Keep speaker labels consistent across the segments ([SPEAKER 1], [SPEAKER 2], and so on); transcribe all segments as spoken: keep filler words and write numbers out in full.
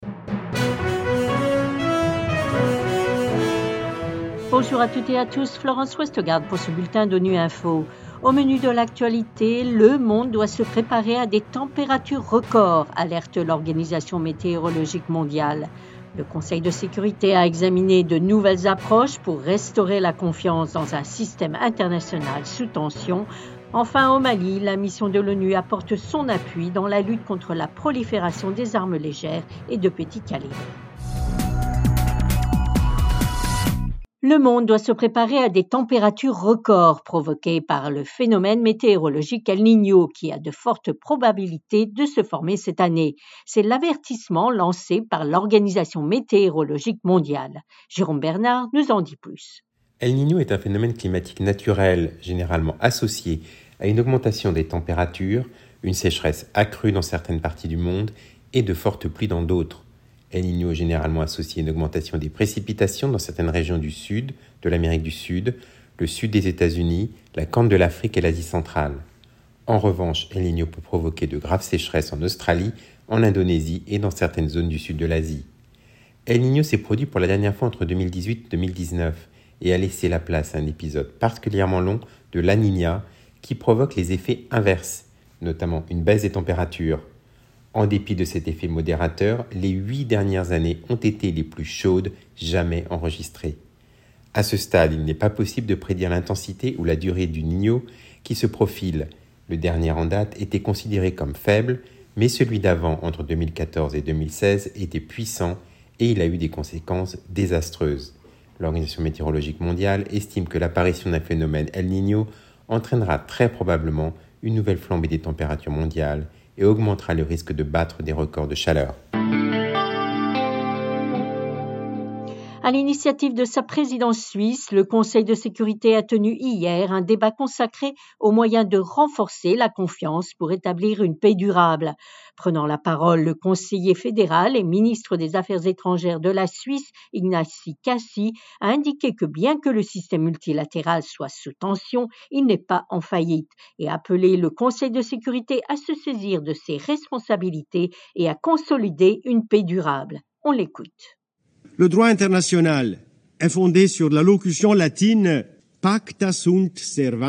[SPEAKER 1] Bonjour à toutes et à tous, Florence Westgard pour ce bulletin d'ONU Info. Au menu de l'actualité, le monde doit se préparer à des températures records, alerte l'Organisation météorologique mondiale. Le Conseil de sécurité a examiné de nouvelles approches pour restaurer la confiance dans un système international sous tension. Enfin, au Mali, la mission de l'ONU apporte son appui dans la lutte contre la prolifération des armes légères et de petit calibre. Le monde doit se préparer à des températures records provoquées par le phénomène météorologique El Niño qui a de fortes probabilités de se former cette année. C'est l'avertissement lancé par l'Organisation météorologique mondiale. Jérôme Bernard nous en dit plus.
[SPEAKER 2] El Niño est un phénomène climatique naturel généralement associé à une augmentation des températures, une sécheresse accrue dans certaines parties du monde et de fortes pluies dans d'autres. El Niño est généralement associé à une augmentation des précipitations dans certaines régions du sud, de l'Amérique du Sud, le sud des États-Unis, la Corne de l'Afrique et l'Asie centrale. En revanche, El Niño peut provoquer de graves sécheresses en Australie, en Indonésie et dans certaines zones du sud de l'Asie. El Niño s'est produit pour la dernière fois entre deux mille dix-huit et deux mille dix-neuf et a laissé la place à un épisode particulièrement long de La Niña qui provoque les effets inverses, notamment une baisse des températures. En dépit de cet effet modérateur, les huit dernières années ont été les plus chaudes jamais enregistrées. À ce stade, il n'est pas possible de prédire l'intensité ou la durée du Niño qui se profile. Le dernier en date était considéré comme faible, mais celui d'avant, entre deux mille quatorze et deux mille seize, était puissant et il a eu des conséquences désastreuses. L'Organisation météorologique mondiale estime que l'apparition d'un phénomène El Niño entraînera très probablement une nouvelle flambée des températures mondiales et augmentera le risque de battre des records de chaleur.
[SPEAKER 1] À l'initiative de sa présidence suisse, le Conseil de sécurité a tenu hier un débat consacré aux moyens de renforcer la confiance pour établir une paix durable. Prenant la parole, le conseiller fédéral et ministre des Affaires étrangères de la Suisse, Ignacy Cassis, a indiqué que bien que le système multilatéral soit sous tension, il n'est pas en faillite et a appelé le Conseil de sécurité à se saisir de ses responsabilités et à consolider une paix durable. On l'écoute.
[SPEAKER 3] Le droit international est fondé sur la locution latine « pacta sunt servanda ».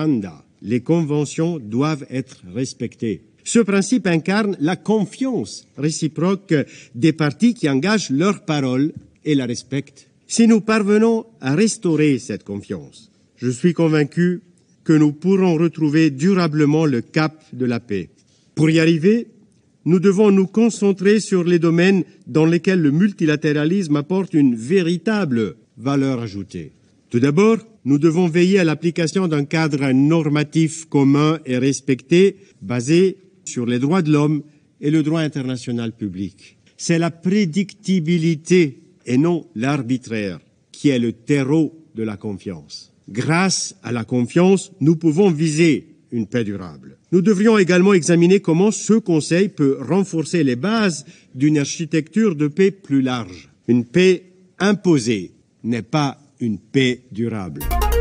[SPEAKER 3] Les conventions doivent être respectées. Ce principe incarne la confiance réciproque des parties qui engagent leur parole et la respectent. Si nous parvenons à restaurer cette confiance, je suis convaincu que nous pourrons retrouver durablement le cap de la paix. Pour y arriver, nous devons nous concentrer sur les domaines dans lesquels le multilatéralisme apporte une véritable valeur ajoutée. Tout d'abord, nous devons veiller à l'application d'un cadre normatif commun et respecté, basé sur les droits de l'homme et le droit international public. C'est la prédictibilité et non l'arbitraire qui est le terreau de la confiance. Grâce à la confiance, nous pouvons viser une paix durable. Nous devrions également examiner comment ce Conseil peut renforcer les bases d'une architecture de paix plus large. Une paix imposée n'est pas une paix durable.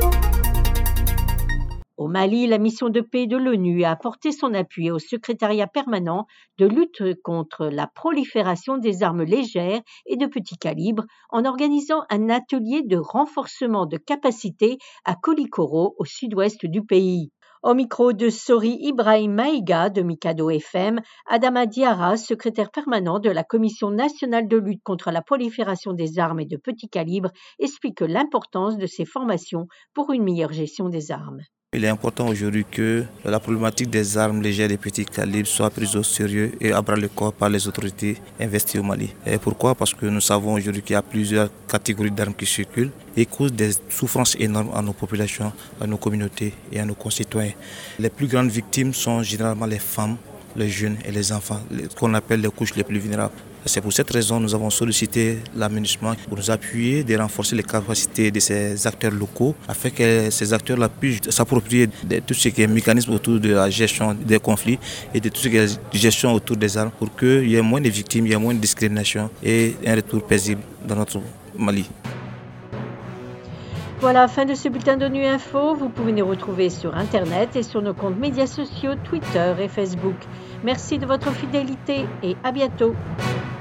[SPEAKER 1] Au Mali, la mission de paix de l'ONU a apporté son appui au secrétariat permanent de lutte contre la prolifération des armes légères et de petit calibre en organisant un atelier de renforcement de capacité à Kolikoro, au sud-ouest du pays. Au micro de Sori Ibrahim Maïga de Mikado F M, Adama Diarra, secrétaire permanent de la Commission nationale de lutte contre la prolifération des armes et de petit calibre, explique l'importance de ces formations pour une meilleure gestion des armes.
[SPEAKER 4] Il est important aujourd'hui que la problématique des armes légères et petits calibres soit prise au sérieux et à bras le corps par les autorités investies au Mali. Et pourquoi ? Parce que nous savons aujourd'hui qu'il y a plusieurs catégories d'armes qui circulent et causent des souffrances énormes à nos populations, à nos communautés et à nos concitoyens. Les plus grandes victimes sont généralement les femmes, les jeunes et les enfants, qu'on appelle les couches les plus vulnérables. C'est pour cette raison que nous avons sollicité l'aménagement pour nous appuyer et renforcer les capacités de ces acteurs locaux afin que ces acteurs-là puissent s'approprier de tout ce qui est mécanisme autour de la gestion des conflits et de tout ce qui est gestion autour des armes pour qu'il y ait moins de victimes, il y ait moins de discrimination et un retour paisible dans notre Mali.
[SPEAKER 1] Voilà, fin de ce bulletin d'ONU Info. Vous pouvez nous retrouver sur Internet et sur nos comptes médias sociaux, Twitter et Facebook. Merci de votre fidélité et à bientôt.